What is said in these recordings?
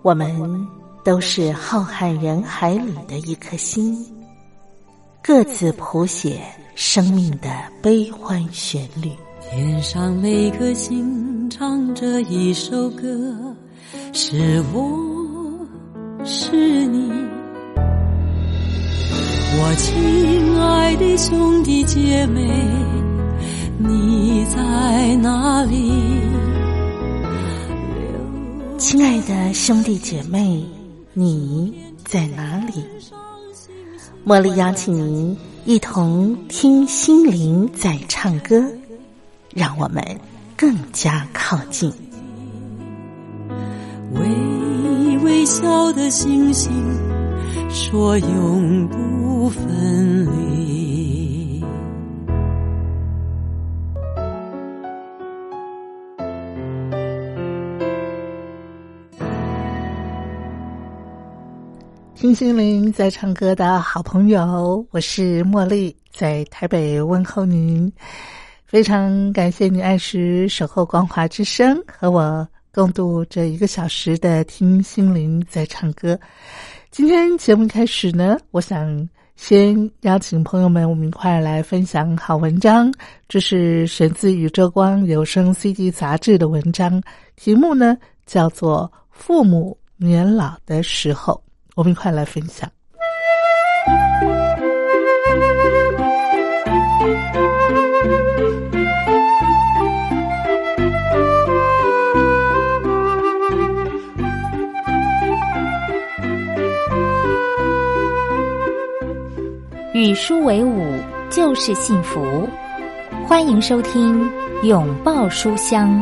我们都是浩瀚人海里的一颗心，各自谱写生命的悲欢旋律。 天上每颗星唱着一首歌，是我，是你，我亲爱的兄弟姐妹，你在哪里？ 亲爱的兄弟姐妹，你在哪里？茉莉邀请您一同听心灵在唱歌，让我们更加靠近。 微微笑的星星说永不分离。 听心灵在唱歌的好朋友，我是茉莉，在台北问候您。非常感谢你按时守候光华之声，和我共度这1个小时的听心灵在唱歌。今天节目开始呢，我想先邀请朋友们，我们一块来分享好文章。这是选自宇宙光有声 CD 杂志的文章，题目呢叫做《父母年老的时候》，我们一块来分享。 与书为伍就是幸福，欢迎收听拥抱书香。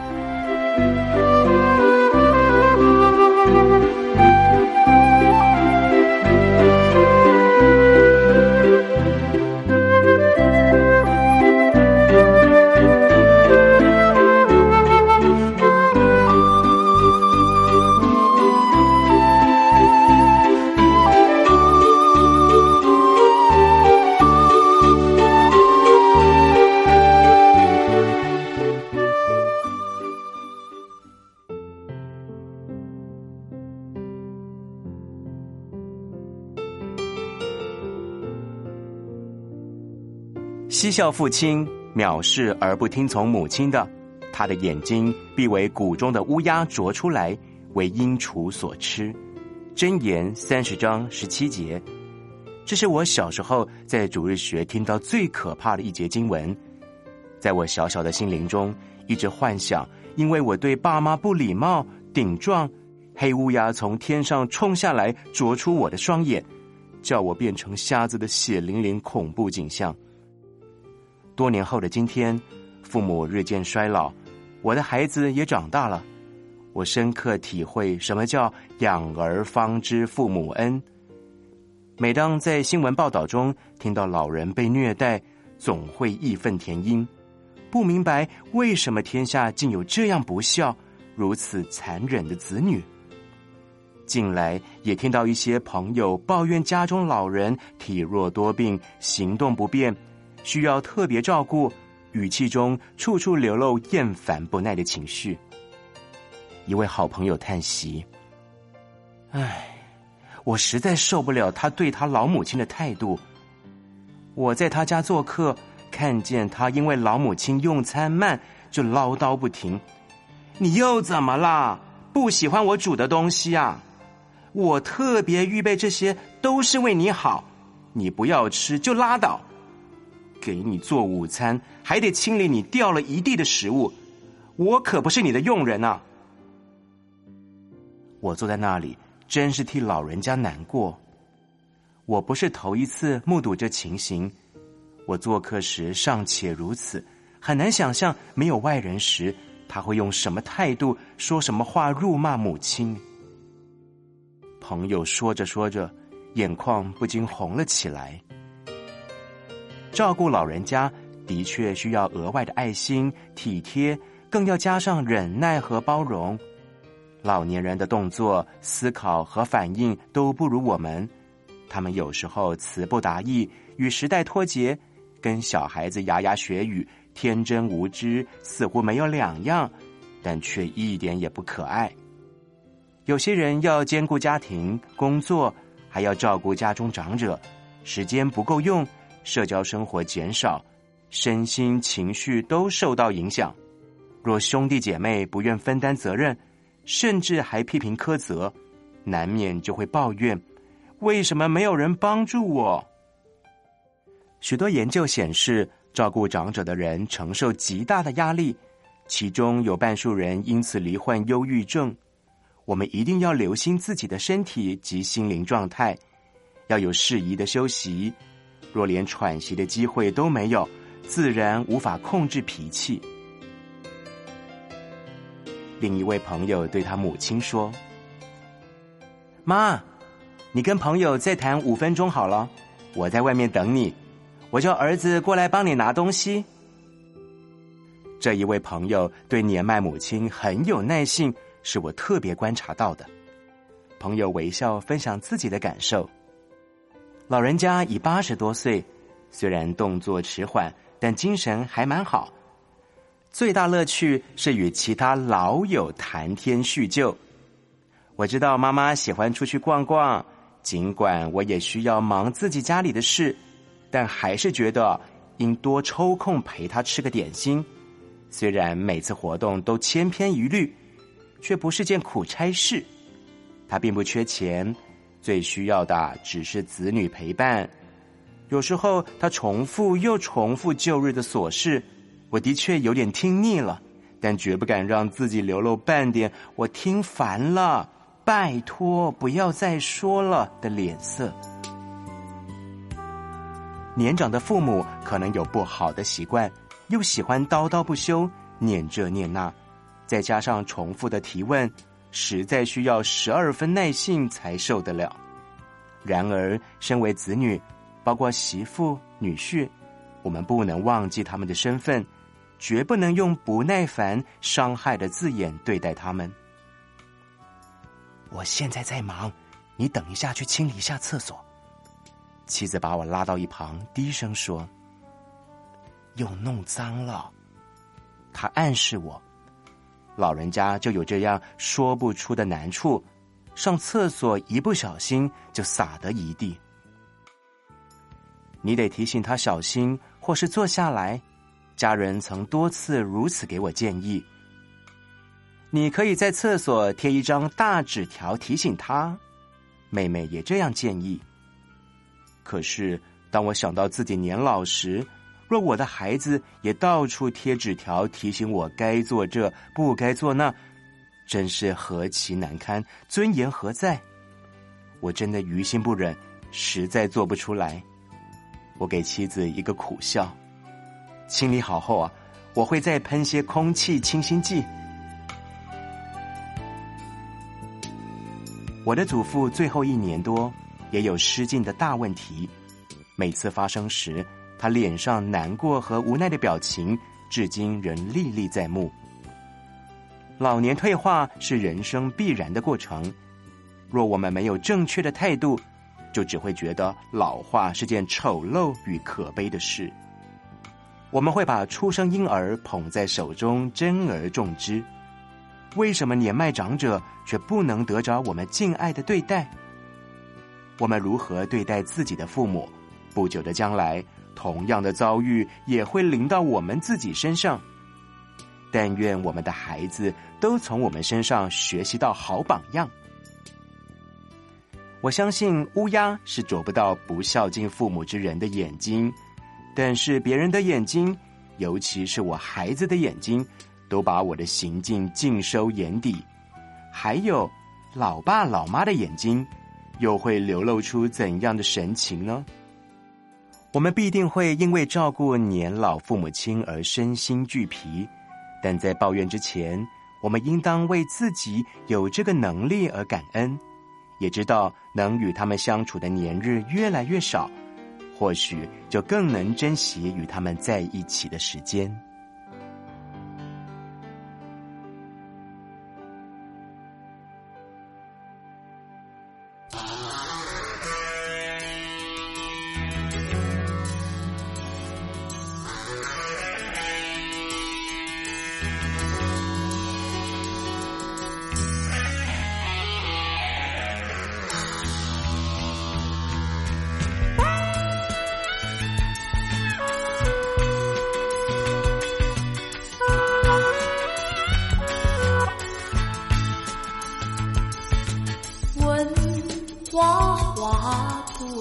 嬉笑父亲，藐视而不听从母亲的，他的眼睛必为谷中的乌鸦啄出来，为鹰雏所吃。箴言30章17节。这是我小时候在主日学听到最可怕的一节经文。在我小小的心灵中，一直幻想，因为我对爸妈不礼貌顶撞，黑乌鸦从天上冲下来啄出我的双眼，叫我变成瞎子的血淋淋恐怖景象。多年后的今天，父母日渐衰老，我的孩子也长大了，我深刻体会什么叫养儿方知父母恩。每当在新闻报道中听到老人被虐待，总会义愤填膺，不明白为什么天下竟有这样不孝、如此残忍的子女。近来也听到一些朋友抱怨家中老人体弱多病，行动不便，需要特别照顾，语气中处处流露厌烦不耐的情绪。一位好朋友叹息：我实在受不了他对他老母亲的态度。我在他家做客，看见他因为老母亲用餐慢，就唠叨不停。你又怎么啦？不喜欢我煮的东西啊？我特别预备这些都是为你好，你不要吃就拉倒。给你做午餐，还得清理你掉了一地的食物，我可不是你的佣人啊！我坐在那里，真是替老人家难过。我不是头一次目睹这情形，我做客时尚且如此，很难想象没有外人时，他会用什么态度，说什么话辱骂母亲。朋友说着说着，眼眶不禁红了起来。照顾老人家的确需要额外的爱心、体贴，更要加上忍耐和包容。老年人的动作、思考和反应都不如我们，他们有时候词不达意，与时代脱节，跟小孩子牙牙学语，天真无知，似乎没有两样，但却一点也不可爱。 有些人要兼顾家庭、工作，还要照顾家中长者，时间不够用，社交生活减少，身心情绪都受到影响。若兄弟姐妹不愿分担责任，甚至还批评苛责，难免就会抱怨，为什么没有人帮助我？许多研究显示，照顾长者的人承受极大的压力，其中有半数人因此罹患忧郁症。我们一定要留心自己的身体及心灵状态，要有适宜的休息。若连喘息的机会都没有，自然无法控制脾气。另一位朋友对他母亲说：妈，你跟朋友再谈5分钟好了，我在外面等你，我叫儿子过来帮你拿东西。这一位朋友对年迈母亲很有耐性，是我特别观察到的。朋友微笑分享自己的感受。老人家已80多岁，虽然动作迟缓，但精神还蛮好。最大乐趣是与其他老友谈天叙旧。我知道妈妈喜欢出去逛逛，尽管我也需要忙自己家里的事，但还是觉得应多抽空陪她吃个点心。虽然每次活动都千篇一律，却不是件苦差事。她并不缺钱，最需要的只是子女陪伴。有时候她重复又重复旧日的琐事，我的确有点听腻了，但绝不敢让自己流露半点我听烦了，拜托不要再说了的脸色。年长的父母可能有不好的习惯，又喜欢叨叨不休，念这念那，再加上重复的提问，实在需要12分耐性才受得了。然而身为子女，包括媳妇、女婿，我们不能忘记他们的身份，绝不能用不耐烦、伤害的字眼对待他们。我现在在忙，你等一下去清理一下厕所。妻子把我拉到一旁，低声说：又弄脏了。他暗示我，老人家就有这样说不出的难处，上厕所一不小心就洒得一地。你得提醒他小心，或是坐下来。家人曾多次如此给我建议。你可以在厕所贴一张大纸条提醒他，妹妹也这样建议。可是当我想到自己年老时，若我的孩子也到处贴纸条提醒我该做这不该做那，真是何其难堪，尊严何在？我真的于心不忍，实在做不出来。我给妻子一个苦笑，清理好后我会再喷些空气清新剂。我的祖父最后1年多也有失禁的大问题，每次发生时，他脸上难过和无奈的表情至今仍历历在目。老年退化是人生必然的过程，若我们没有正确的态度，就只会觉得老化是件丑陋与可悲的事。我们会把出生婴儿捧在手中，珍而重之。为什么年迈长者却不能得着我们敬爱的对待？我们如何对待自己的父母，不久的将来，同样的遭遇也会临到我们自己身上。但愿我们的孩子都从我们身上学习到好榜样。我相信乌鸦是啄不到不孝敬父母之人的眼睛，但是别人的眼睛，尤其是我孩子的眼睛，都把我的行径尽收眼底。还有老爸老妈的眼睛，又会流露出怎样的神情呢？我们必定会因为照顾年老父母亲而身心俱疲，但在抱怨之前，我们应当为自己有这个能力而感恩，也知道能与他们相处的年日越来越少，或许就更能珍惜与他们在一起的时间。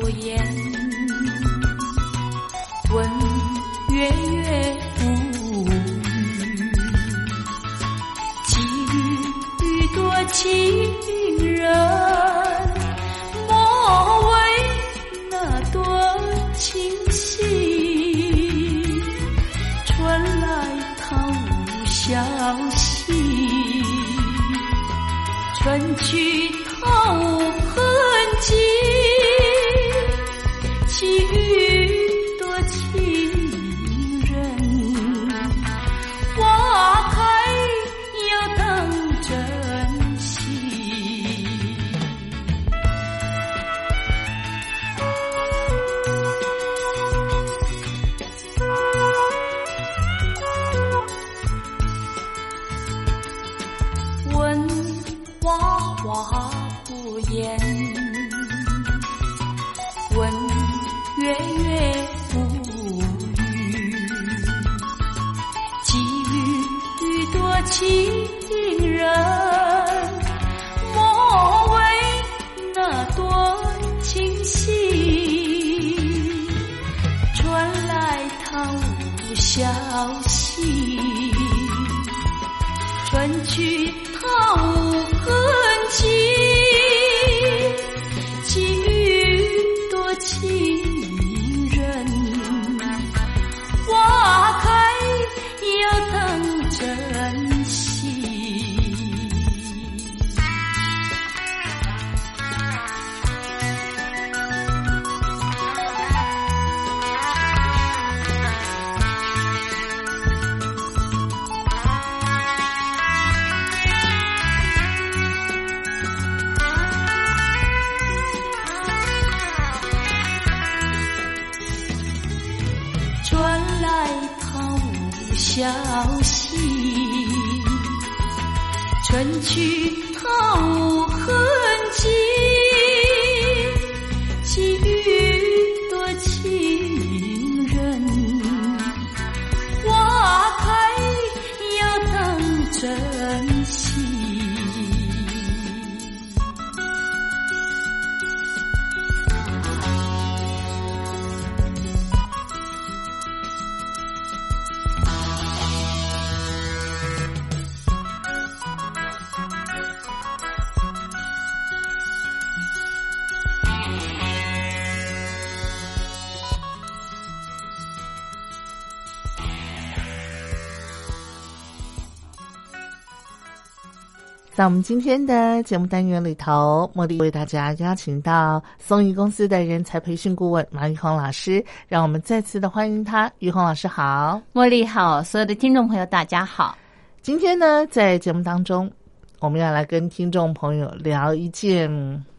不言，问月月无语，寄予多情人，莫为那多情戏，传来唐无消息，春去唐无痕迹，寄予多情人，花开要当珍惜。问花花不言，问月月无语，寄予多情人，莫为那多情戏，传来唐无消息，春去唐无痕迹，寄予多情人，花开要当珍惜。传来唐无消息，春去唐无痕迹，寄予多情人，花开要当珍惜。 在我们今天的节目单元里头，茉莉为大家邀请到松怡公司的人才培训顾问马玉红老师，让我们再次的欢迎他。玉红老师好。 茉莉好，所有的听众朋友大家好。 今天呢，在节目当中，我们要来跟听众朋友聊一件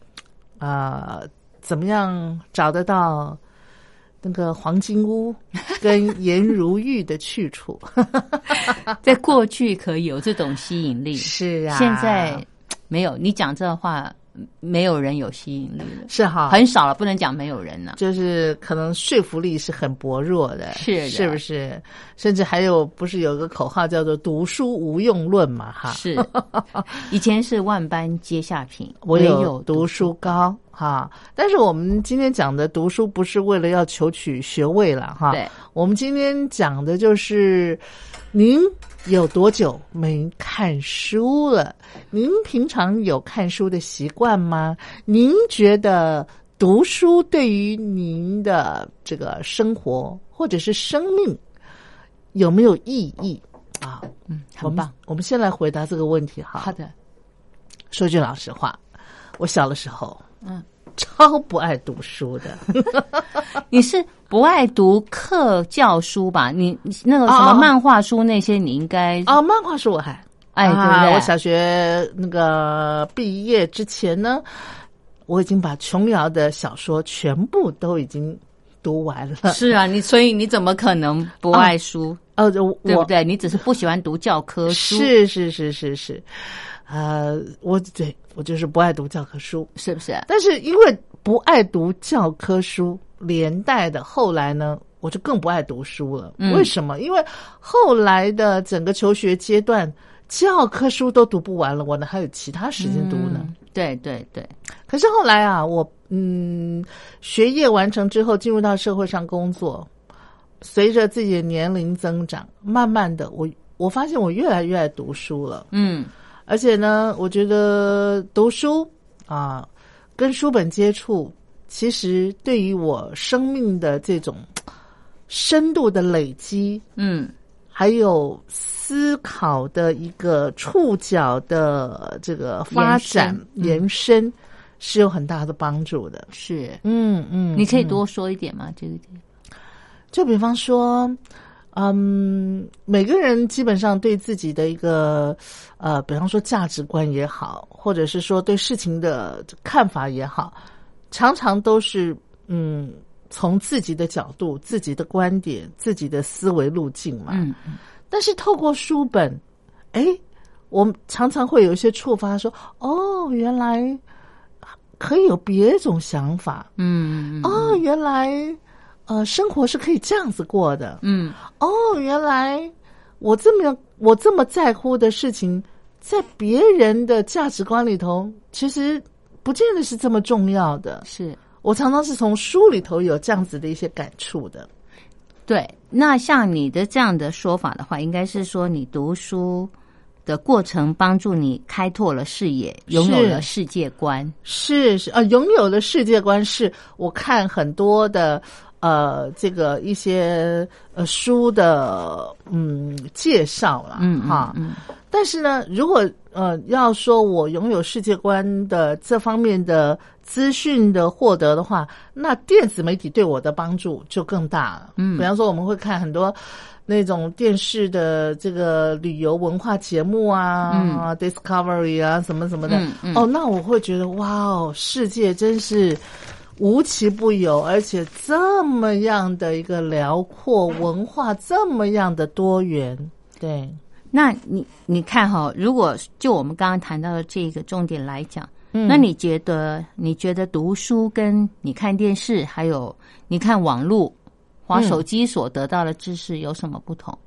怎么样找得到那个黄金屋跟颜如玉的去处。 在过去可以有这种吸引力， 是啊， 现在没有。你讲这话，没有人有吸引力了， 是哈， 很少了，不能讲没有人了， 就是可能说服力是很薄弱的，是不是？甚至还有不是有个口号叫做“读书无用论”嘛？哈， 是。以前是万般皆下品， 唯有读书高。哈，但是我们今天讲的读书不是为了要求取学位了哈。 对， 我们今天讲的就是您有多久没看书了？您平常有看书的习惯吗？您觉得读书对于您的这个生活或者是生命有没有意义啊？ 很棒。 我们先来回答这个问题哈。 好的。 说句老实话，我小的时候超不爱读书的。 你是不爱读课教书吧？你那个什么漫画书那些你应该漫画书我还对不对？ 我小学那个毕业之前呢，我已经把琼瑶的小说全部都已经读完了。 是啊，所以你怎么可能不爱书？对不对？你只是不喜欢读教科书。 是。我就是不爱读教科书， 是不是？ 但是因为不爱读教科书，连带的后来呢，我就更不爱读书了。为什么？因为后来的整个求学阶段，教科书都读不完了，我呢还有其他时间读呢。 对。 可是后来啊，我学业完成之后进入到社会上工作，随着自己的年龄增长，慢慢的我发现我越来越爱读书了。而且呢，我觉得读书啊，跟书本接触，其实对于我生命的这种深度的累积，还有思考的一个触角的这个发展延伸是有很大的帮助的。 是，你可以多说一点吗？这个就比方说，每个人基本上对自己的一个比方说价值观也好，或者是说对事情的看法也好，常常都是从自己的角度、自己的观点、自己的思维路径嘛。但是透过书本，我们常常会有一些触发说，原来可以有别种想法。原来生活是可以这样子过的。原来我这么在乎的事情，在别人的价值观里头，其实不见得是这么重要的。 是我常常是从书里头有这样子的一些感触的。 对，那像你的这样的说法的话，应该是说你读书的过程帮助你开拓了视野，拥有了世界观。 是拥有了世界观，是我看很多的这个一些书的介绍啦，但是呢，如果要说我拥有世界观的这方面的资讯的获得的话，那电子媒体对我的帮助就更大了。比方说我们会看很多那种电视的这个旅游文化节目啊，Discovery 啊什么什么的，那我会觉得哇哦，世界真是无奇不有，而且这么样的一个辽阔，文化这么样的多元。对， 那你看如果就我们刚刚谈到的这个重点来讲，那你觉得读书跟你看电视还有你看网络滑手机所得到的知识有什么不同？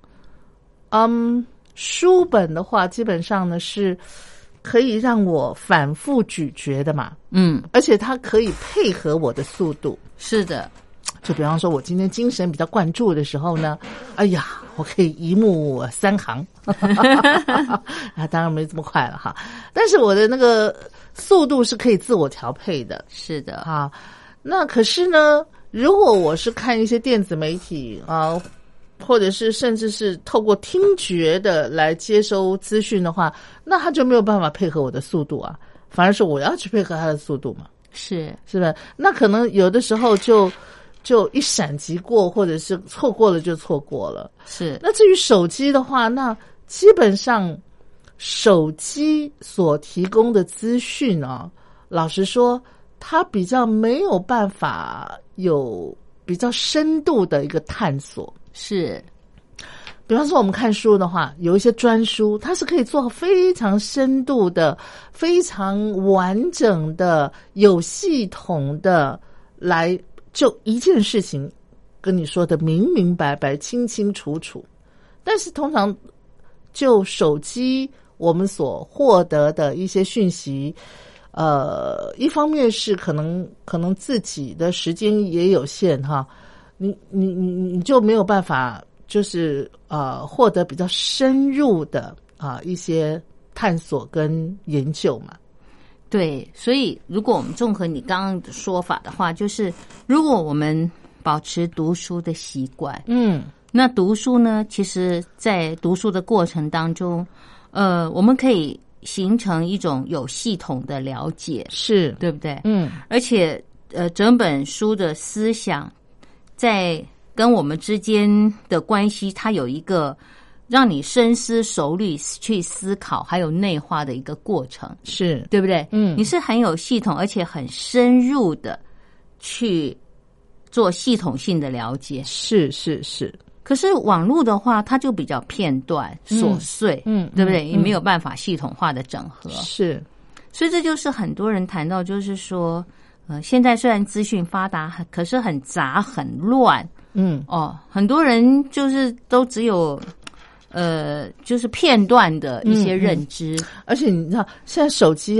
书本的话基本上呢是可以让我反复咀嚼的嘛，而且它可以配合我的速度。 是的， 就比方说我今天精神比较灌注的时候呢，我可以一目三行当然没这么快了哈，但是我的那个速度是可以自我调配的。 是的啊，那可是呢，如果我是看一些电子媒体或者是甚至是透过听觉的来接收资讯的话，那他就没有办法配合我的速度啊，反而是我要去配合他的速度嘛。是吧？那可能有的时候就一闪即过，或者是错过了就错过了。是。那至于手机的话，那基本上手机所提供的资讯老实说，它比较没有办法有比较深度的一个探索。是。比方说我们看书的话，有一些专书，它是可以做非常深度的、非常完整的、有系统的来就一件事情跟你说的明明白白、清清楚楚。但是通常就手机我们所获得的一些讯息，一方面是可能自己的时间也有限哈，你就没有办法就是获得比较深入的一些探索跟研究嘛。 对，所以如果我们综合你刚刚的说法的话，就是如果我们保持读书的习惯，那读书呢，其实在读书的过程当中，我们可以形成一种有系统的了解，是对不对？而且整本书的思想在跟我们之间的关系，它有一个让你深思熟虑去思考还有内化的一个过程，是对不对？你是很有系统而且很深入的去做系统性的了解，是。可是网络的话，它就比较片段琐碎，对不对？也没有办法系统化的整合，是。所以这就是很多人谈到，就是说现在虽然资讯发达，可是很杂很乱，很多人就是都只有就是片段的一些认知， 而且你知道现在手机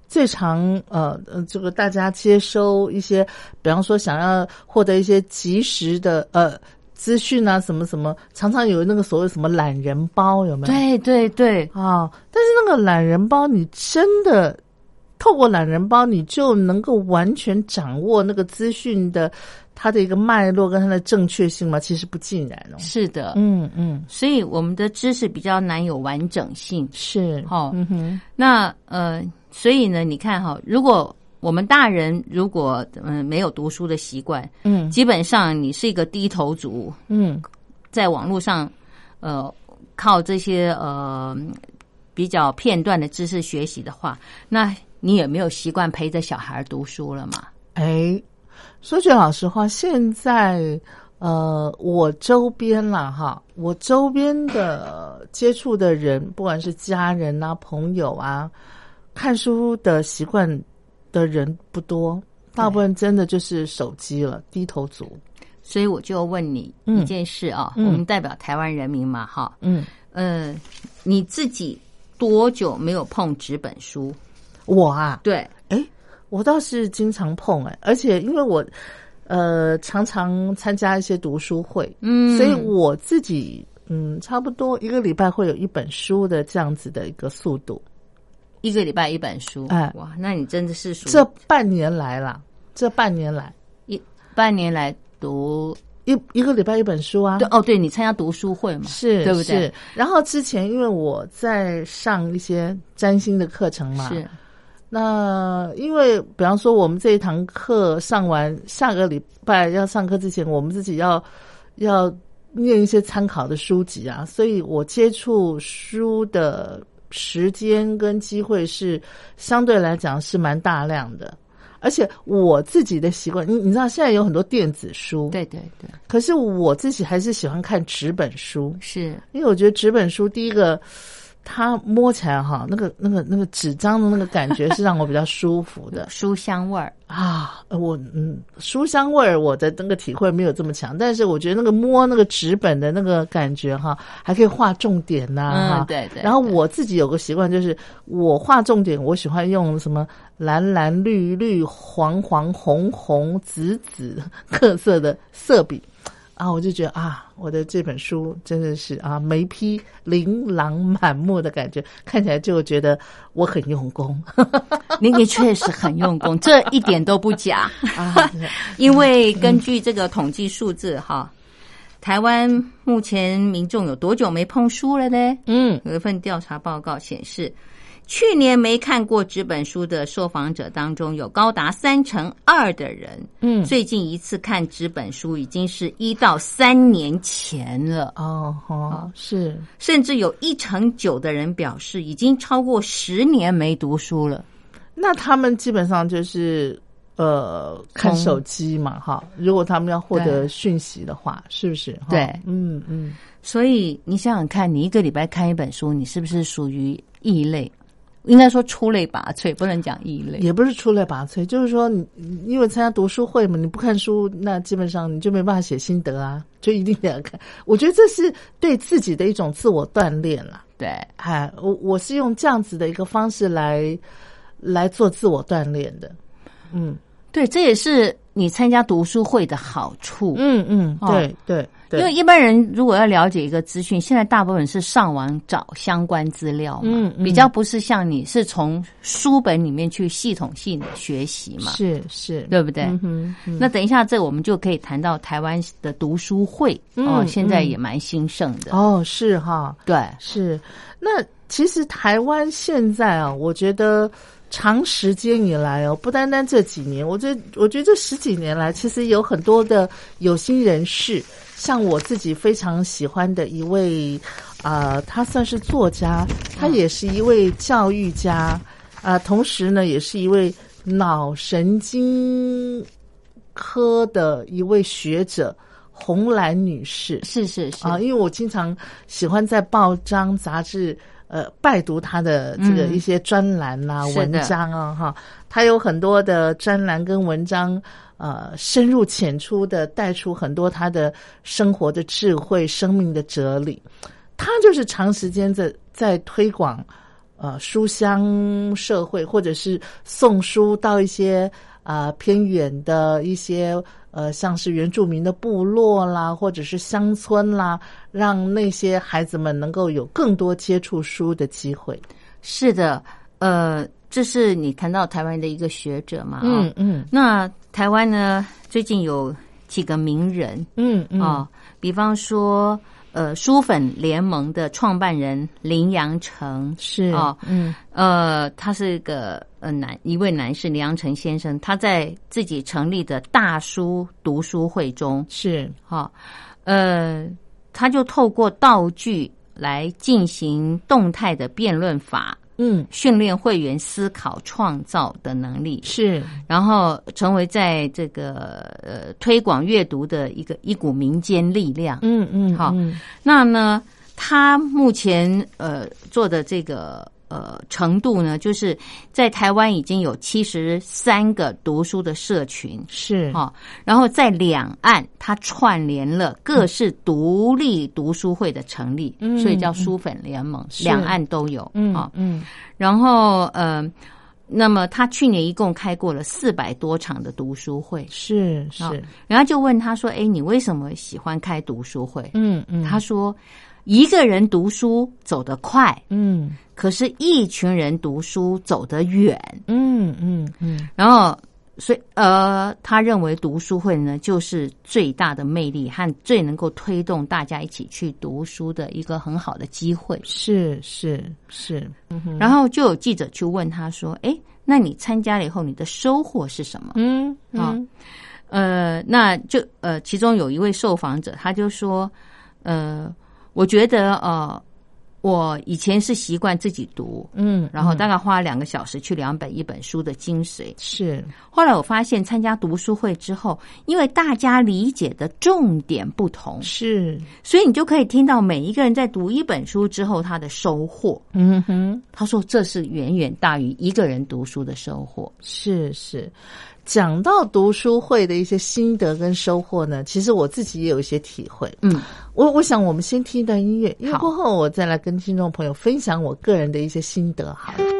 最常这个大家接收一些，比方说想要获得一些及时的资讯啊，什么什么，常常有那个所谓什么懒人包，有没有？ 对对对啊，但是那个懒人包，你真的透过懒人包，你就能够完全掌握那个资讯的它的一个脉络跟它的正确性吗？其实不尽然哦。 是的，所以我们的知识比较难有完整性。 是， 那所以呢，你看哈，如果我们大人如果没有读书的习惯，基本上你是一个低头族，在网络上靠这些比较片段的知识学习的话，那你也没有习惯陪着小孩读书了嘛？ 说句老实话，现在我周边啦哈，我周边的接触的人，不管是家人啊、朋友啊，看书的习惯的人不多，大部分真的就是手机了，低头族。 所以我就问你一件事啊，我们代表台湾人民嘛，哈，你自己多久没有碰纸本书？ 我啊， 对， 我倒是经常碰而且因为我常常参加一些读书会，所以我自己差不多一个礼拜会有一本书的这样子的一个速度。 一个礼拜一本书，哇，那你真的是属于这半年来半年来读一个礼拜一本书啊。 对，对，你参加读书会嘛， 是， 对不对？ 是。然后之前因为我在上一些占星的课程嘛， 是。 那因为比方说我们这一堂课上完，下个礼拜要上课之前，我们自己要念一些参考的书籍啊，所以我接触书的时间跟机会是相对来讲是蛮大量的。而且我自己的习惯，你知道现在有很多电子书， 对对对， 可是我自己还是喜欢看纸本书， 是因为我觉得纸本书第一个它摸起来哈，那个纸张的那个感觉是让我比较舒服的， 书香味儿啊。书香味儿我的那个体会没有这么强，但是我觉得那个摸那个纸本的那个感觉哈，还可以画重点呐， 对对。 然后我自己有个习惯，就是我画重点，我喜欢用什么蓝蓝绿绿黄黄红红紫紫各色的色笔。我就觉得我的这本书真的是眉批琳琅满目的感觉，看起来就觉得我很用功。 你确实很用功，这一点都不假因为根据这个统计数字台湾目前民众有多久没碰书了呢？有一份调查报告显示，去年没看过纸本书的受访者当中，有高达2/3的人，最近一次看纸本书已经是1到3年前了。是，甚至有1/9的人表示，已经超过10年没读书了。 那他们基本上就是看手机嘛，如果他们要获得讯息的话，是不是？ 对，所以你想想看，你一个礼拜看一本书，你是不是属于异类？应该说出类拔萃，不能讲异类， 也不是出类拔萃，就是说你因为参加读书会嘛，你不看书，那基本上你就没办法写心得啊，就一定得要看。我觉得这是对自己的一种自我锻炼啦。 对， 我是用这样子的一个方式来做自我锻炼的。 对，这也是你参加读书会的好处。 对对。 因为一般人如果要了解一个资讯，现在大部分是上网找相关资料嘛，比较不是像你是从书本里面去系统性的学习嘛， 是， 对不对？那等一下这我们就可以谈到台湾的读书会现在也蛮兴盛的是哈， 对， 是。那其实台湾现在我觉得长时间以来不单单这几年，我觉得这10几年来，其实有很多的有心人士，像我自己非常喜欢的一位他算是作家，他也是一位教育家同时呢也是一位脑神经科的一位学者，洪兰女士。 是因为我经常喜欢在报章杂志拜读他的这个一些专栏文章他有很多的专栏跟文章深入浅出的带出很多他的生活的智慧、生命的哲理。他就是长时间在推广书香社会，或者是送书到一些偏远的一些像是原住民的部落啦，或者是乡村啦，让那些孩子们能够有更多接触书的机会。 是的，这是你谈到台湾的一个学者嘛？那台湾呢，最近有几个名人，比方说书粉联盟的创办人林阳城是他是个一位男士，林阳城先生，他在自己成立的大书读书会中是他就透过道具来进行动态的辩论法。训练会员思考创造的能力是， 然后成为在这个推广阅读的一股民间力量。好，那呢，他目前做的这个程度呢，就是在台湾已经有73个读书的社群是然后在两岸他串联了各式独立读书会的成立，所以叫书粉联盟，两岸都有然后那么他去年一共开过了400多场的读书会， 是然后就问他说你为什么喜欢开读书会？他说一个人读书走得快，可是一群人读书走得远，然后所以他认为读书会呢就是最大的魅力和最能够推动大家一起去读书的一个很好的机会。 是然后就有记者去问他说那你参加了以后你的收获是什么？那就其中有一位受访者他就说我觉得我以前是习惯自己读，然后大概花2个小时去了解一本书的精髓。 是， 后来我发现参加读书会之后，因为大家理解的重点不同， 是， 所以你就可以听到每一个人在读一本书之后他的收获。他说这是远远大于一个人读书的收获。 是。讲到读书会的一些心得跟收获呢，其实我自己也有一些体会。我想我们先听一段音乐，因为过后我再来跟听众朋友分享我个人的一些心得好了。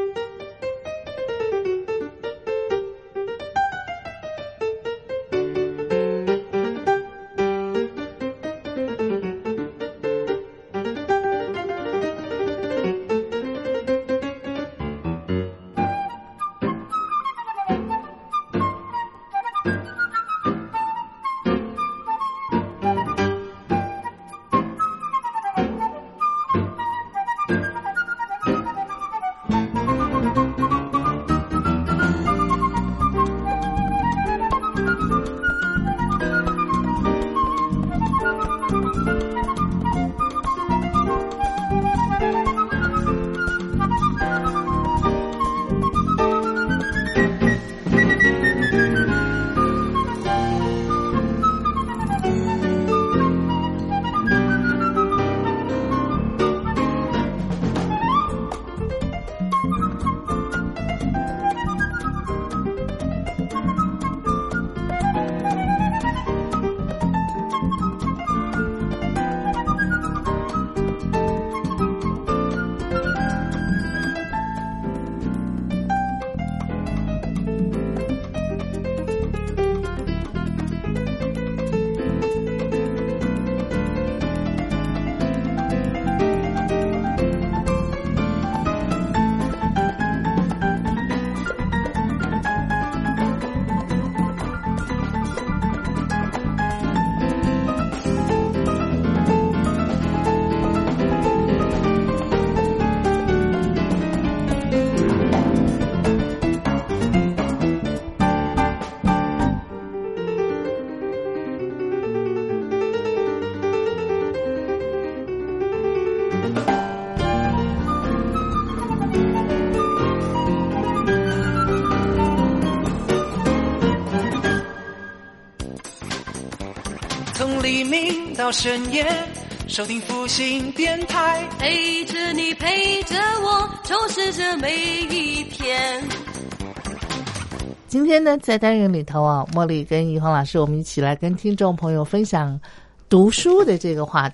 从黎明到深夜，收听复兴电台， 陪着你，陪着我，充实着每一天。 今天呢，在单元里头茉莉跟怡芳老师，我们一起来跟听众朋友分享读书的这个话题。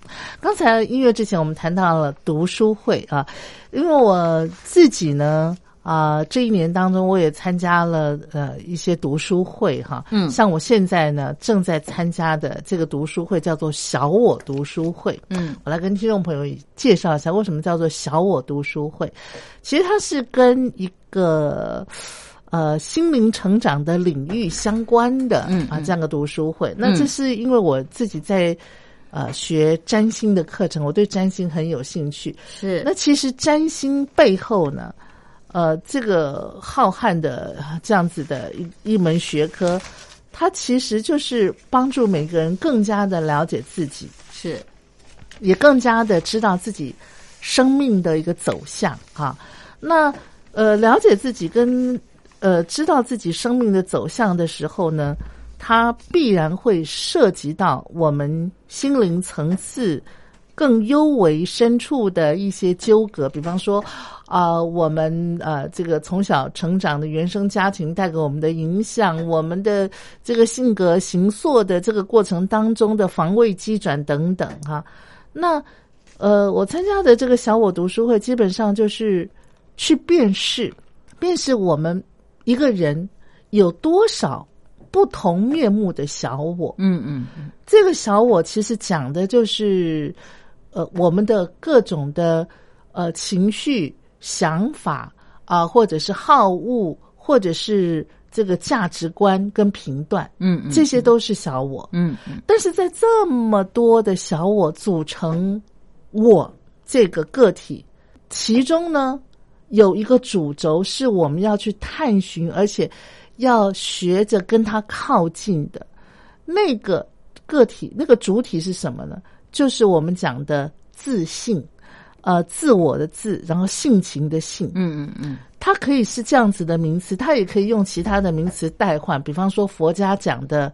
刚才音乐之前我们谈到了读书会啊，因为我自己呢这一年当中我也参加了一些读书会哈，像我现在呢正在参加的这个读书会叫做小我读书会，我来跟听众朋友介绍一下为什么叫做小我读书会。其实它是跟一个心灵成长的领域相关的这样的读书会。那这是因为我自己在学占星的课程，我对占星很有兴趣。是，那其实占星背后呢，这个浩瀚的这样子的一门学科，它其实就是帮助每个人更加的了解自己，是，也更加的知道自己生命的一个走向哈。那了解自己跟知道自己生命的走向的时候呢，它必然会涉及到我们心灵层次更幽微深处的一些纠葛，比方说我们这个从小成长的原生家庭带给我们的影响，我们的这个性格形塑的这个过程当中的防卫机转等等哈。那我参加的这个小我读书会基本上就是去辨识我们一个人有多少不同面目的小我。这个小我其实讲的就是我们的各种的情绪想法或者是好恶，或者是这个价值观跟评断，这些都是小我。但是在这么多的小我组成我这个个体，其中呢有一个主轴是我们要去探寻，而且要学着跟它靠近的那个个体，那个主体是什么呢？就是我们讲的自性，自我的自，然后性情的性。它可以是这样子的名词，它也可以用其他的名词代换，比方说佛家讲的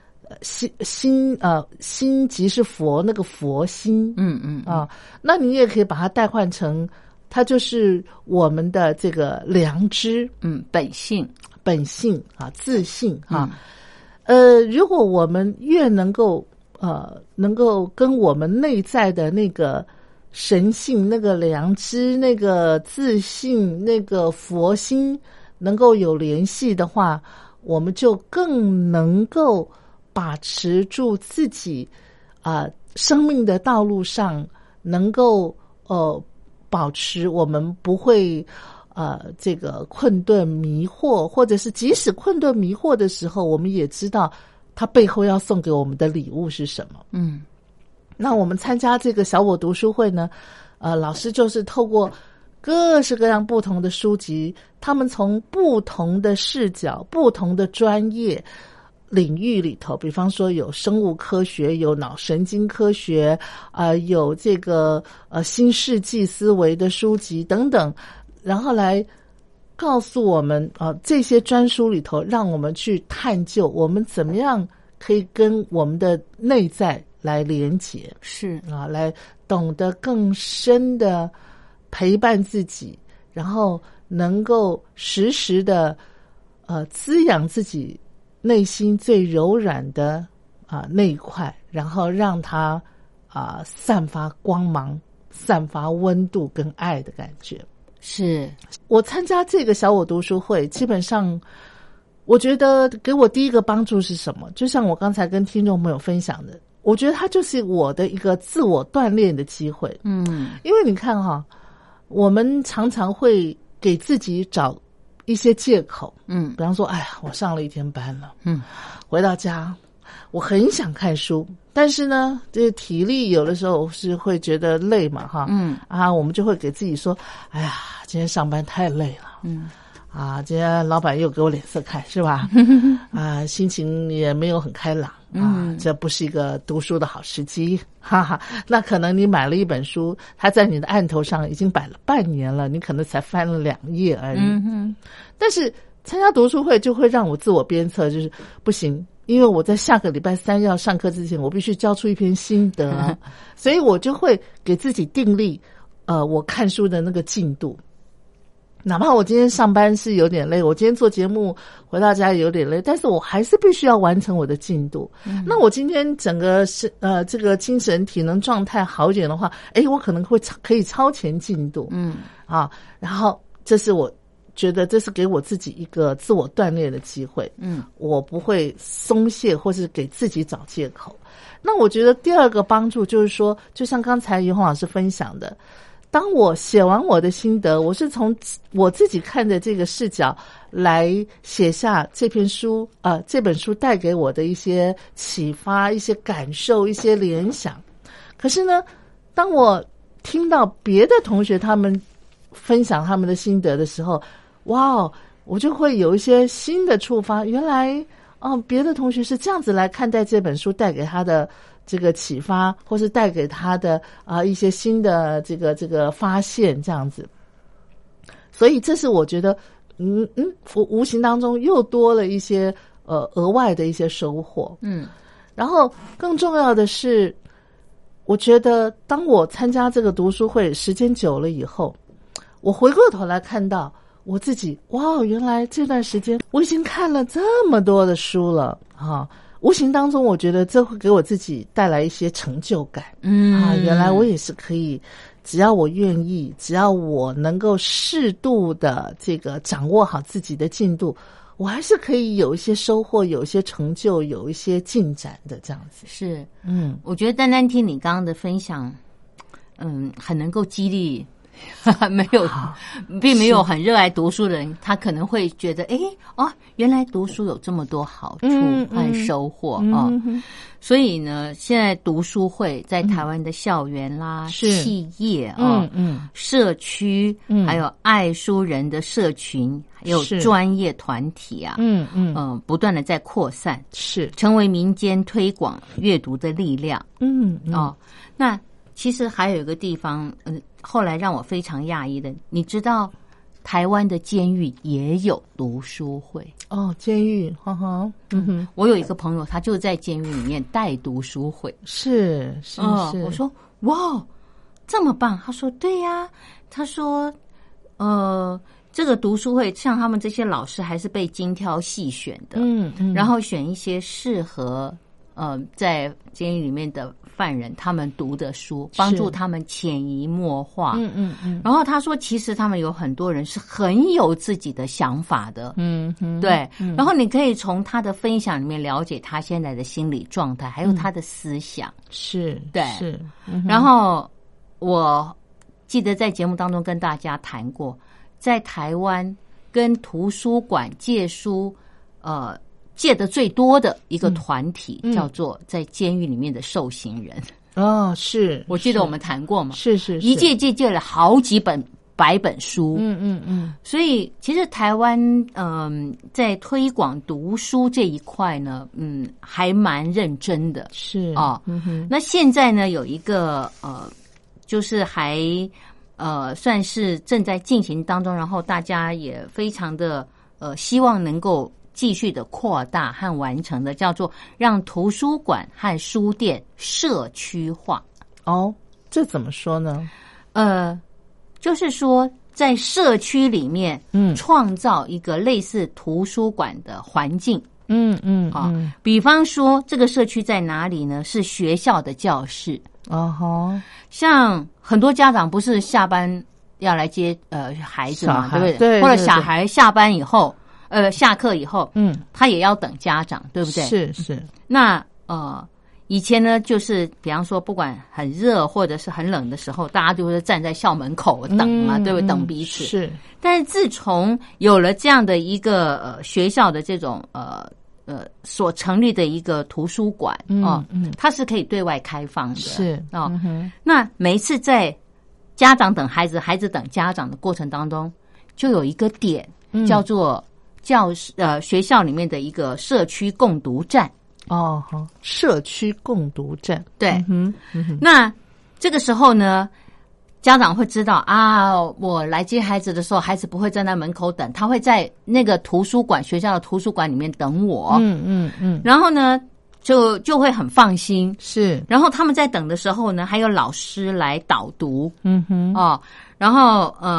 心即是佛，那个佛心。那你也可以把它代换成它就是我们的这个良知，本性自性如果我们越能够跟我们内在的那个神性、那个良知、那个自性、那个佛心能够有联系的话，我们就更能够把持住自己生命的道路上能够保持我们不会这个困顿迷惑，或者是即使困顿迷惑的时候，我们也知道他背后要送给我们的礼物是什么。那我们参加这个小我读书会呢，老师就是透过各式各样不同的书籍，他们从不同的视角、不同的专业领域里头，比方说有生物科学，有脑神经科学，有这个新世纪思维的书籍等等，然后来告诉我们这些专书里头，让我们去探究我们怎么样可以跟我们的内在来连结，是来懂得更深的陪伴自己，然后能够时时的滋养自己内心最柔软的那一块，然后让它散发光芒、散发温度跟爱的感觉。是我参加这个小我读书会，基本上我觉得给我第一个帮助是什么？就像我刚才跟听众朋友分享的，我觉得它就是我的一个自我锻炼的机会。因为你看我们常常会给自己找一些借口，比方说，哎呀，我上了一天班了，回到家，我很想看书，但是呢，这体力有的时候是会觉得累嘛，我们就会给自己说，哎呀，今天上班太累了，今天老板又给我脸色看，是吧？心情也没有很开朗。这不是一个读书的好时机，那可能你买了一本书，它在你的案头上已经摆了半年了，你可能才翻了2页而已。但是参加读书会就会让我自我鞭策，就是不行，因为我在下个礼拜3要上课之前，我必须交出一篇心得，所以我就会给自己订立我看书的那个进度。 哪怕我今天上班是有点累，我今天做节目回到家有点累，但是我还是必须要完成我的进度。那我今天整个这个精神体能状态好一点的话，我可能可以超前进度。然后这是我觉得这是给我自己一个自我锻炼的机会。我不会松懈或是给自己找借口。那我觉得第二个帮助就是说，就像刚才于洪老师分享的，当我写完我的心得，我是从我自己看的这个视角来写下这本书带给我的一些启发、一些感受、一些联想。可是呢，当我听到别的同学他们分享他们的心得的时候，哇，我就会有一些新的触发，原来别的同学是这样子来看待这本书带给他的这个启发，或是带给他的一些新的这个发现，这样子。所以这是我觉得我无形当中又多了一些额外的一些收获。然后更重要的是，我觉得当我参加这个读书会时间久了以后，我回过头来看到我自己，哇，原来这段时间我已经看了这么多的书了无形当中我觉得这会给我自己带来一些成就感。原来我也是可以，只要我愿意，只要我能够适度的这个掌握好自己的进度，我还是可以有一些收获，有一些成就，有一些进展的这样子。 是，我觉得单单听你刚刚的分享，很能够激励并没有很热爱读书的人，他可能会觉得原来读书有这么多好处和收获所以呢，现在读书会在台湾的校园啦、企业社区，还有爱书人的社群，还有专业团体不断的在扩散，是成为民间推广阅读的力量。那其实还有一个地方，后来让我非常讶异的，你知道台湾的监狱也有读书会监狱， 我有一个朋友，他就在监狱里面带读书会， 是， 我说哇，这么棒，他说对呀，他说这个读书会像他们这些老师还是被精挑细选的，然后选一些适合在监狱里面的犯人他们读的书，帮助他们潜移默化。然后他说其实他们有很多人是很有自己的想法的。对。然后你可以从他的分享里面了解他现在的心理状态，还有他的思想。 是， 对，是。然后我记得在节目当中跟大家谈过，在台湾跟图书馆借书借的最多的一个团体叫做在监狱里面的受刑人。 是， 我记得我们谈过嘛， 是， 一借了好几本100本书。所以其实台湾在推广读书这一块呢，还蛮认真的。是那现在呢有一个就是还算是正在进行当中，然后大家也非常的希望能够继续的扩大和完成的，叫做让图书馆和书店社区化。 这怎么说呢？ 就是说在社区里面创造一个类似图书馆的环境。比方说这个社区在哪里呢？是学校的教室。像很多家长不是下班要来接孩子嘛，对不对？ 对， 或者小孩下班以后下课以后他也要等家长，对不对？ 是。 那以前呢就是比方说不管很热或者是很冷的时候，大家就会站在校门口等嘛，对不对？等彼此。是。但是自从有了这样的一个学校的这种所成立的一个图书馆它是可以对外开放的。是那每一次在家长等孩子，孩子等家长的过程当中，就有一个点叫做学校里面的一个社区共读站。 社区共读站。 对。那这个时候呢，家长会知道我来接孩子的时候，孩子不会站在门口等，他会在那个图书馆，学校的图书馆里面等我。然后呢就会很放心。是。然后他们在等的时候呢，还有老师来导读。然后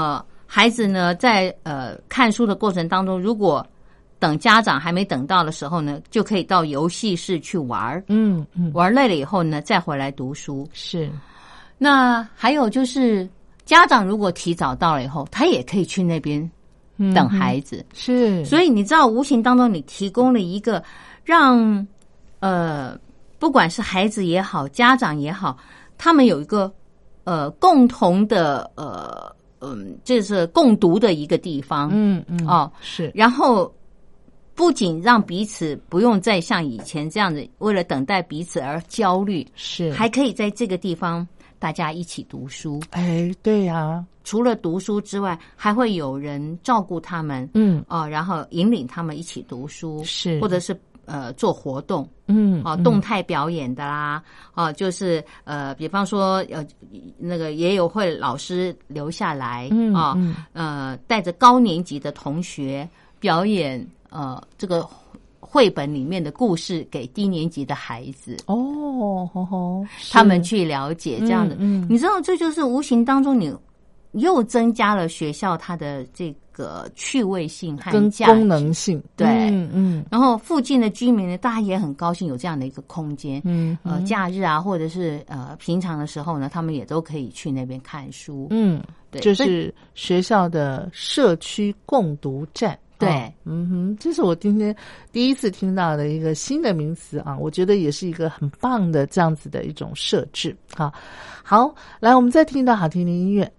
孩子呢在看书的过程当中，如果等家长还没等到的时候呢，就可以到游戏室去玩，玩累了以后呢，再回来读书。 是。 那还有就是家长如果提早到了以后，他也可以去那边等孩子。 是。 所以你知道，无形当中你提供了一个让不管是孩子也好，家长也好，他们有一个共同的就是共读的一个地方。 是。 然后不仅让彼此不用再像以前这样子为了等待彼此而焦虑， 是， 还可以在这个地方大家一起读书。 哎，对呀， 除了读书之外，还会有人照顾他们，然后引领他们一起读书， 是， 或者是做活动，动态表演的啦，就是比方说那个也有会老师留下来，带着高年级的同学表演这个绘本里面的故事给低年级的孩子他们去了解这样的，你知道这就是无形当中你又增加了学校它的这个趣味性和价值功能性， 对，然后附近的居民呢，大家也很高兴有这样的一个空间，假日啊，或者是平常的时候呢，他们也都可以去那边看书，对， 就是学校的社区共读站。 对， 这是我今天第一次听到的一个新的名词啊，我觉得也是一个很棒的这样子的一种设置啊。好，来，我们再听到好听的音乐。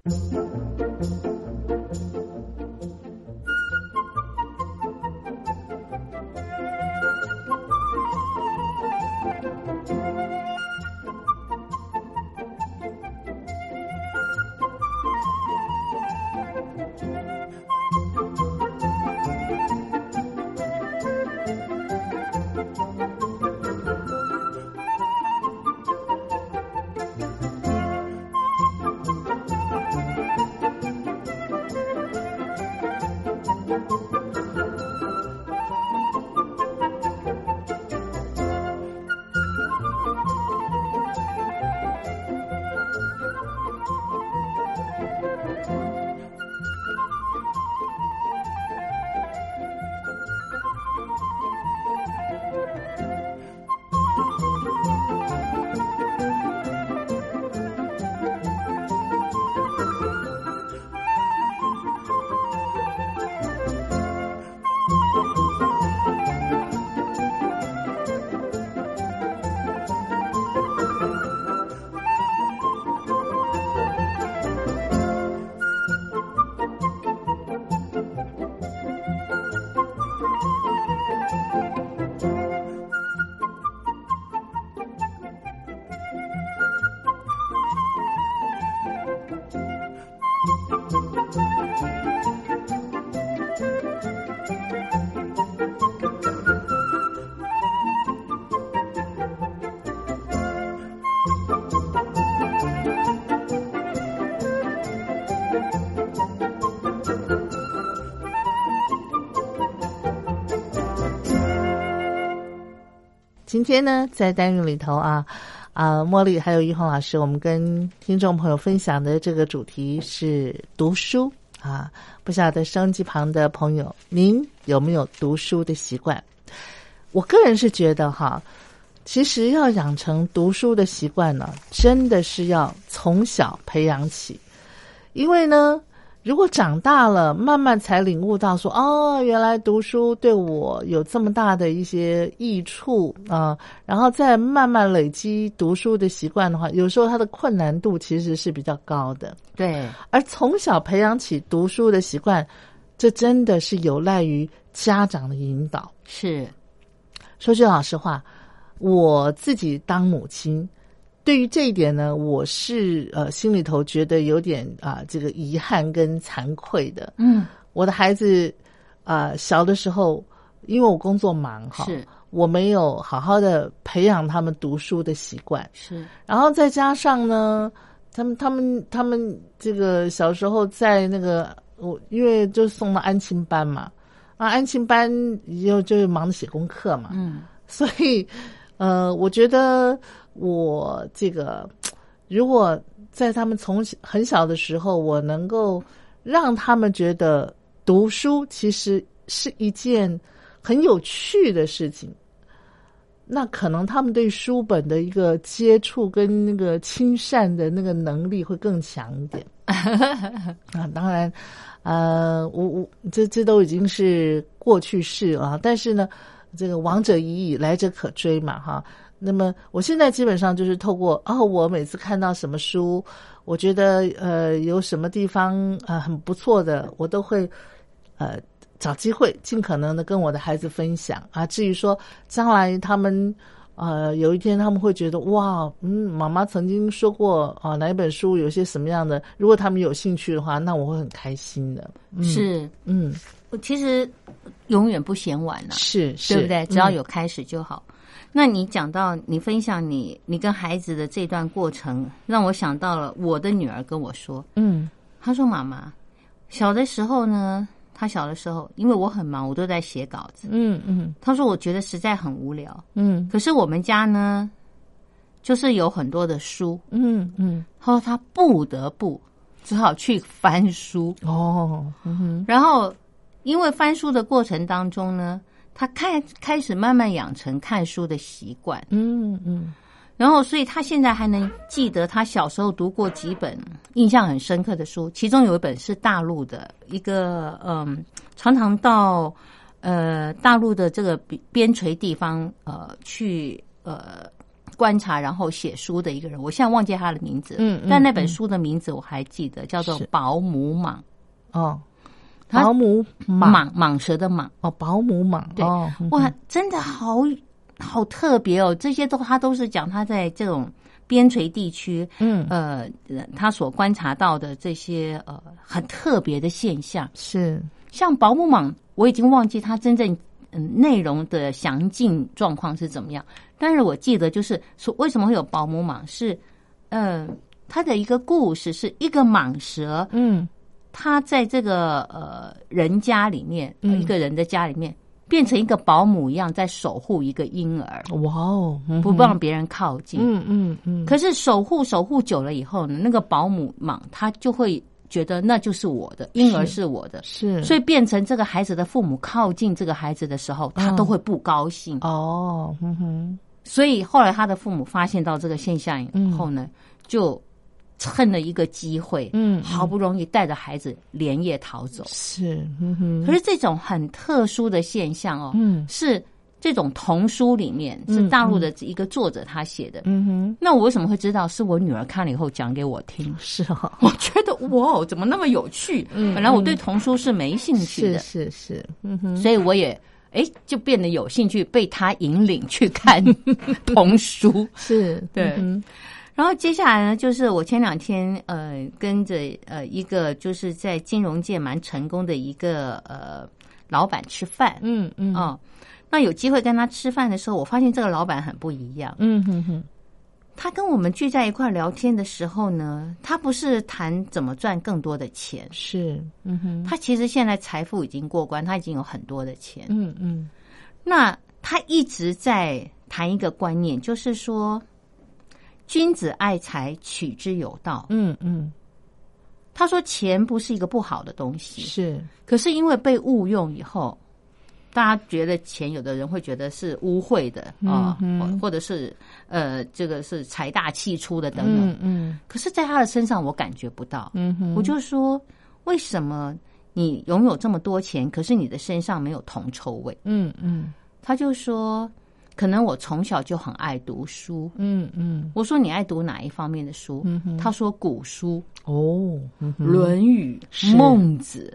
今天呢，在单元里头茉莉还有玉红老师，我们跟听众朋友分享的这个主题是读书啊。不晓得收音机旁的朋友，您有没有读书的习惯？我个人是觉得其实要养成读书的习惯呢，真的是要从小培养起，因为呢，如果长大了，慢慢才领悟到说，原来读书对我有这么大的一些益处啊，然后再慢慢累积读书的习惯的话，有时候它的困难度其实是比较高的。 对， 而从小培养起读书的习惯，这真的是有赖于家长的引导。 是， 说句老实话，我自己当母亲，对于这一点呢，我是心里头觉得有点这个遗憾跟惭愧的。我的孩子小的时候，因为我工作忙是我没有好好的培养他们读书的习惯。 是，然后再加上呢，他们这个小时候在那个我因为就送到安亲班嘛，安亲班就忙着写功课嘛，所以我觉得我这个如果在他们从很小的时候，我能够让他们觉得读书其实是一件很有趣的事情，那可能他们对书本的一个接触跟那个亲善的那个能力会更强一点。啊，当然，我这都已经是过去式啊。但是呢，这个往者已矣，来者可追嘛，哈。那么我现在基本上就是透过我每次看到什么书，我觉得有什么地方很不错的，我都会找机会尽可能的跟我的孩子分享啊。至于说将来他们有一天他们会觉得哇，妈妈曾经说过哪一本书有些什么样的，如果他们有兴趣的话，那我会很开心的。 是，其实永远不嫌晚了， 是， 对不对？只要有开始就好。那你讲到你分享你跟孩子的这段过程，让我想到了我的女儿跟我说，她说妈妈，小的时候呢，她小的时候因为我很忙，我都在写稿子，她说我觉得实在很无聊，可是我们家呢就是有很多的书，她说她不得不只好去翻书然后因为翻书的过程当中呢，他开始慢慢养成看书的习惯，然后所以他现在还能记得他小时候读过几本印象很深刻的书，其中有一本是大陆的一个常常到大陆的这个边陲地方去观察然后写书的一个人，我现在忘记他的名字，但那本书的名字我还记得，叫做《保姆蟒》。 保姆蟒蛇的蟒保姆蟒， 对，哇，真的好特别哦！这些他都是讲他在这种边陲地区，他所观察到的这些很特别的现象。 是像保姆蟒，我已经忘记它真正内容的详尽状况是怎么样，但是我记得就是说为什么会有保姆蟒，是它的一个故事，是一个蟒蛇，他在这个人家里面，一个人的家里面，变成一个保姆一样，在守护一个婴儿。 哇哦， 不让别人靠近。可是守护久了以后呢，那个保姆蟒他就会觉得那就是我的婴儿，是我的， 是， 所以变成这个孩子的父母靠近这个孩子的时候，他都会不高兴。所以后来他的父母发现到这个现象以后呢，就趁了一个机会，好不容易带着孩子连夜逃走。 是， 可是这种很特殊的现象哦，是这种童书里面是大陆的一个作者他写的。那我为什么会知道？是我女儿看了以后讲给我听。 是我觉得哇，怎么那么有趣？本来我对童书是没兴趣的， 是， 所以我也就变得有兴趣，被他引领去看童书。 是， 对。然后接下来呢，就是我前两天跟着一个就是在金融界蛮成功的一个老板吃饭，那有机会跟他吃饭的时候，我发现这个老板很不一样，他跟我们聚在一块聊天的时候呢，他不是谈怎么赚更多的钱， 是， 他其实现在财富已经过关，他已经有很多的钱，那他一直在谈一个观念，就是说君子爱财，取之有道。他说钱不是一个不好的东西， 是， 可是因为被误用以后，大家觉得钱，有的人会觉得是污秽的或者是这个是财大气粗的等等。可是在他的身上我感觉不到。我就说为什么你拥有这么多钱，可是你的身上没有铜臭味？他就说可能我从小就很爱读书。我说你爱读哪一方面的书？他说古书。论语、孟子。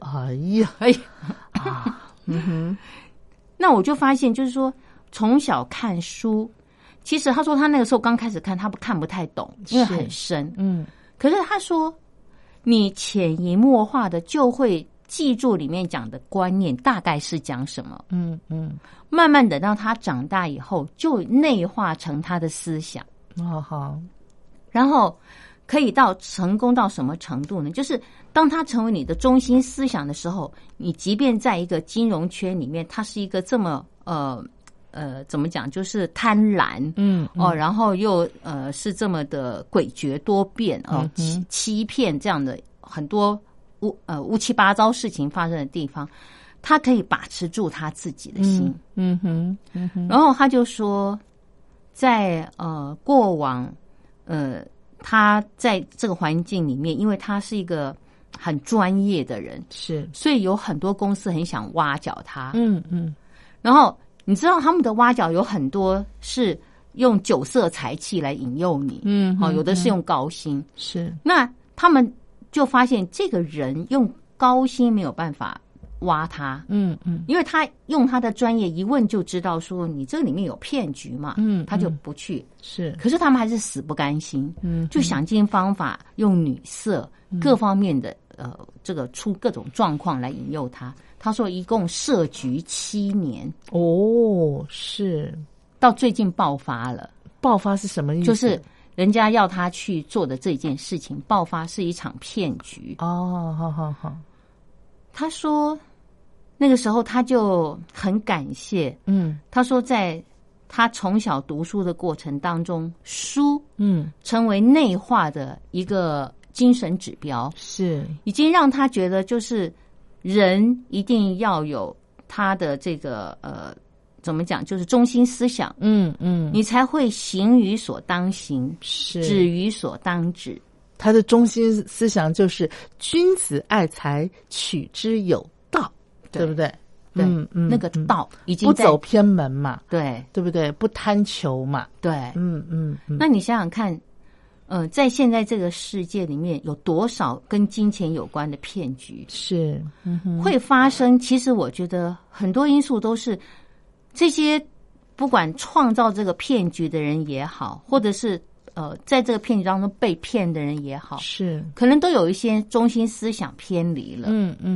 那我就发现就是说从小看书，其实他说他那个时候刚开始看他看不太懂，因为很深。可是他说你潜移默化的就会记住里面讲的观念大概是讲什么。慢慢等到他长大以后，就内化成他的思想。 好， 然后可以成功到什么程度呢？就是当他成为你的中心思想的时候，你即便在一个金融圈里面，他是一个这么怎么讲，就是贪婪，然后又是这么的诡谲多变欺骗这样的很多乌七八糟事情发生的地方，他可以把持住他自己的心。然后他就说，在过往他在这个环境里面，因为他是一个很专业的人，是，所以有很多公司很想挖角他。然后你知道他们的挖角有很多是用酒色财气来引诱你，有的是用高薪，是。那他们就发现这个人用高薪没有办法挖他，因为他用他的专业一问就知道说你这里面有骗局嘛，他就不去，是。可是他们还是死不甘心，就想尽方法用女色各方面的这个出各种状况来引诱他。他说一共设局7年，是。到最近爆发了。爆发是什么意思？就是人家要他去做的这件事情，爆发是一场骗局。好。他说那个时候他就很感谢，他说在他从小读书的过程当中，书成为内化的一个精神指标，是已经让他觉得就是人一定要有他的这个怎么讲，就是中心思想，你才会行于所当行，是止于所当止。他的中心思想就是君子爱财，取之有道，对不对？对，那个道已经不走偏门嘛，对不对？不贪求嘛，对，那你想想看，在现在这个世界里面，有多少跟金钱有关的骗局是会发生？其实我觉得很多因素都是这些，不管创造这个骗局的人也好，或者是在这个骗局当中被骗的人也好，是可能都有一些中心思想偏离了，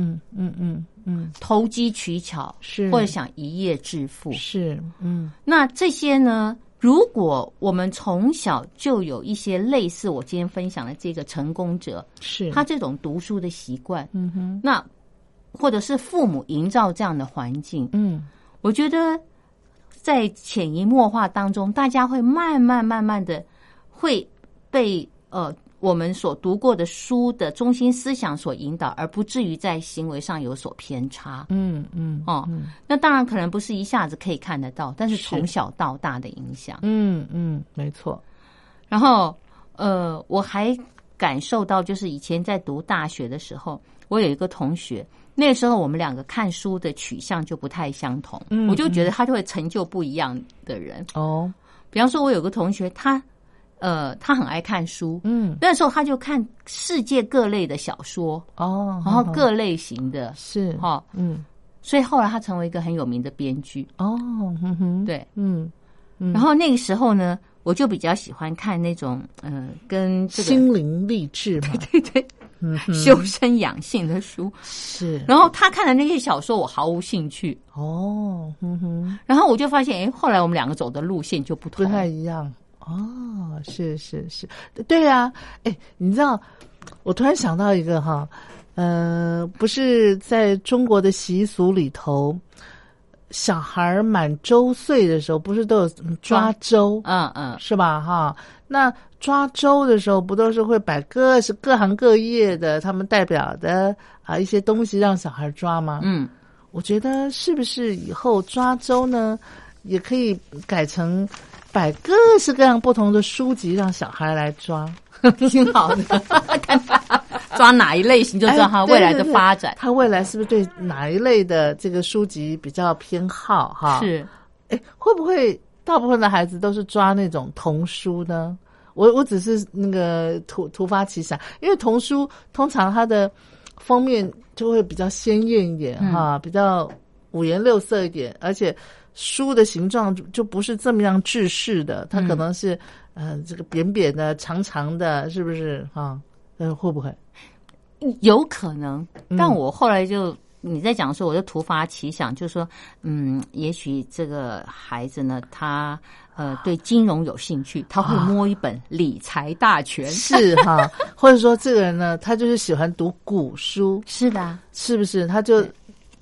投机取巧，是或者想一夜致富，是那这些呢？如果我们从小就有一些类似我今天分享的这个成功者，是他这种读书的习惯，那或者是父母营造这样的环境，我觉得在潜移默化当中，大家会慢慢的会被我们所读过的书的中心思想所引导，而不至于在行为上有所偏差。那当然可能不是一下子可以看得到，但是从小到大的影响。没错。然后我还感受到，就是以前在读大学的时候，我有一个同学，那个时候我们两个看书的取向就不太相同，我就觉得他就会成就不一样的人。比方说我有个同学，他很爱看书，那时候他就看世界各类的小说，然后各类型的，是所以后来他成为一个很有名的编剧。对，然后那个时候呢，我就比较喜欢看那种跟这个心灵励志嘛，对，修身养性的书是。然后他看的那些小说，我毫无兴趣。然后我就发现，后来我们两个走的路线就不太一样。是，对啊，你知道，我突然想到一个哈，不是在中国的习俗里头，小孩满周岁的时候，不是都有抓周？是吧？哈，那抓周的时候，不都是会摆各行各业的他们代表的一些东西让小孩抓吗？我觉得是不是以后抓周呢，也可以改成摆各式各样不同的书籍让小孩来抓，挺好的。看他抓哪一类型，就知道他未来的发展。他未来是不是对哪一类的这个书籍比较偏好？哈，是。会不会大部分的孩子都是抓那种童书呢？我只是那个突发奇想，因为童书通常它的封面就会比较鲜艳一点，比较五颜六色一点，而且书的形状就不是这么样制式的，它可能是这个扁扁的、长长的，是不是会不会？有可能，但我后来就你在讲的时候，我就突发奇想，就说也许这个孩子呢，他对金融有兴趣，他会摸一本理财大全，是哈，或者说这个人呢，他就是喜欢读古书，是的，是不是？他就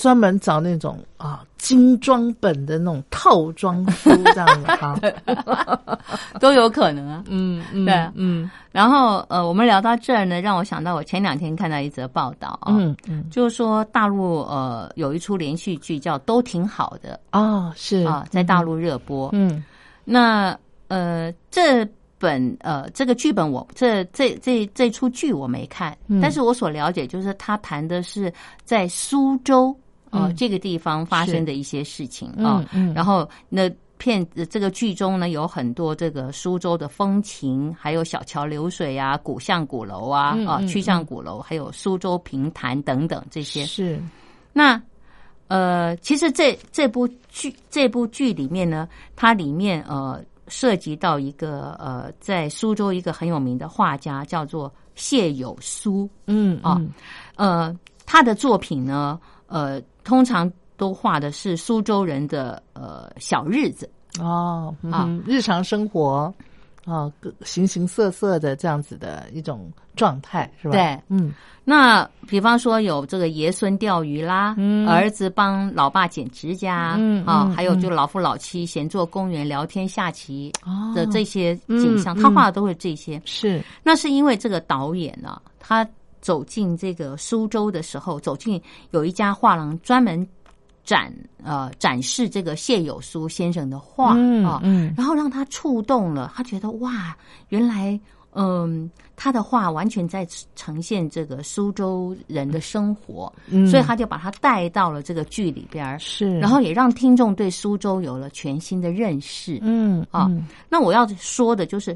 专门找那种精装本的那种套装书这样子哈， 都有可能啊。对，然后我们聊到这儿呢，让我想到我前2天看到一则报道就是说大陆有一出连续剧叫《都挺好的》 是在大陆热播。那这个剧本我这出剧我没看，但是我所了解就是他谈的是在苏州这个地方发生的一些事情然后这个剧中呢有很多这个苏州的风情，还有小桥流水啊、古巷鼓楼曲巷鼓楼，还有苏州评弹等等这些。 是那其实这部剧里面呢，它里面涉及到一个在苏州一个很有名的画家叫做谢有苏。他的作品呢通常都画的是苏州人的小日子日常生活形形色色的这样子的一种状态是吧？ 对，那比方说有这个爷孙钓鱼啦，儿子帮老爸剪指甲还有就老夫老妻闲坐公园聊天下棋的这些景象，他画的都是这些。 是， 那是因为这个导演呢，他走进这个苏州的时候，走进有一家画廊专门展示这个谢有苏先生的画然后让他触动了，他觉得哇，原来他的画完全在呈现这个苏州人的生活，所以他就把他带到了这个剧里边， 是， 然后也让听众对苏州有了全新的认识。那我要说的就是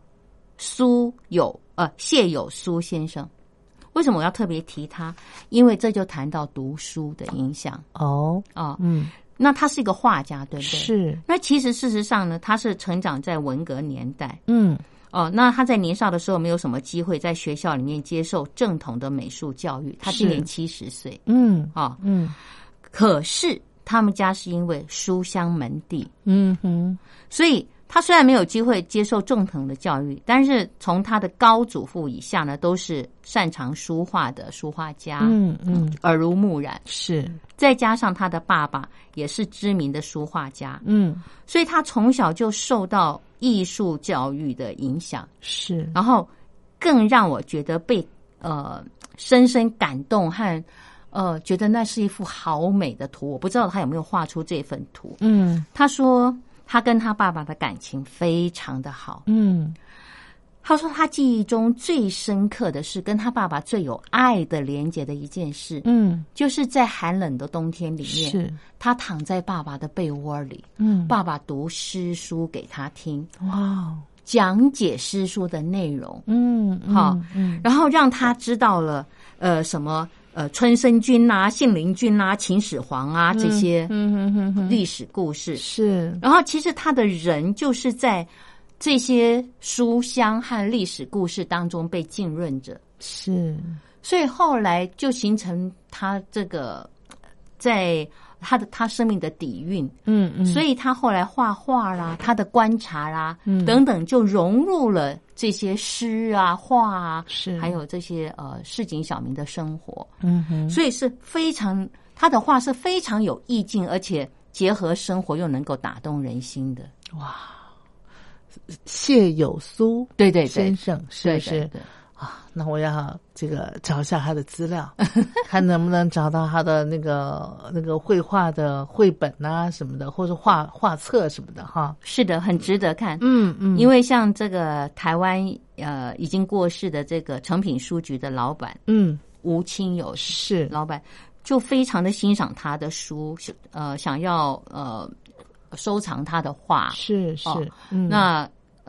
谢有苏先生。为什么我要特别提他？因为这就谈到读书的影响那他是一个画家，对不对？ 是。 那其实事实上呢，他是成长在文革年代。那他在年少的时候没有什么机会在学校里面接受正统的美术教育。他今年70岁。可是他们家是因为书香门第。所以他虽然没有机会接受正统的教育，但是从他的高祖父以下呢，都是擅长书画的书画家，耳濡目染。 是， 再加上他的爸爸也是知名的书画家，所以他从小就受到艺术教育的影响。 是， 然后更让我觉得被深深感动和觉得那是一幅好美的图。我不知道他有没有画出这份图。他说他跟他爸爸的感情非常的好。他说他记忆中最深刻的是跟他爸爸最有爱的连结的一件事，就是在寒冷的冬天里面， 是他躺在爸爸的被窝里，爸爸读诗书给他听， 哇， 讲解诗书的内容，然后让他知道了什么春申君啊、信陵君啊、秦始皇啊这些历史故事。 是， 然后其实他的人就是在这些书香和历史故事当中被浸润着。 是， 所以后来就形成他这个在他生命的底蕴。所以他后来画画啦，他的观察啦等等，就融入了这些诗啊、画啊， 是， 还有这些市井小民的生活。所以是非常，他的画是非常有意境，而且结合生活又能够打动人心的。 哇，谢有苏对先生是不是？ 对那我要这个找一下他的资料，看能不能找到他的那个绘画的绘本啊什么的，或者画册什么的哈。是的，很值得看。因为像这个台湾已经过世的这个诚品书局的老板吴清友是老板，就非常的欣赏他的书，想要收藏他的画。 是那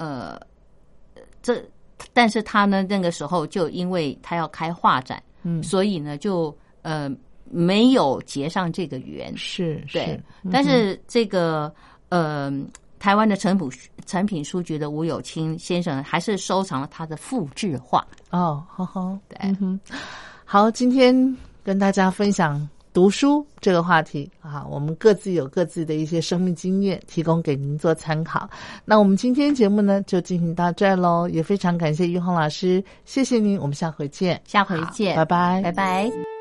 但是他呢那个时候就因为他要开画展，所以呢就没有结上这个缘。 是， 对。但是这个台湾的诚品书局的吴有清先生还是收藏了他的复制画。 好， 对， 好，今天跟大家分享读书这个话题我们各自有各自的一些生命经验，提供给您做参考。那我们今天节目呢就进行到这儿咯，也非常感谢玉红老师，谢谢您，我们下回见。 拜拜。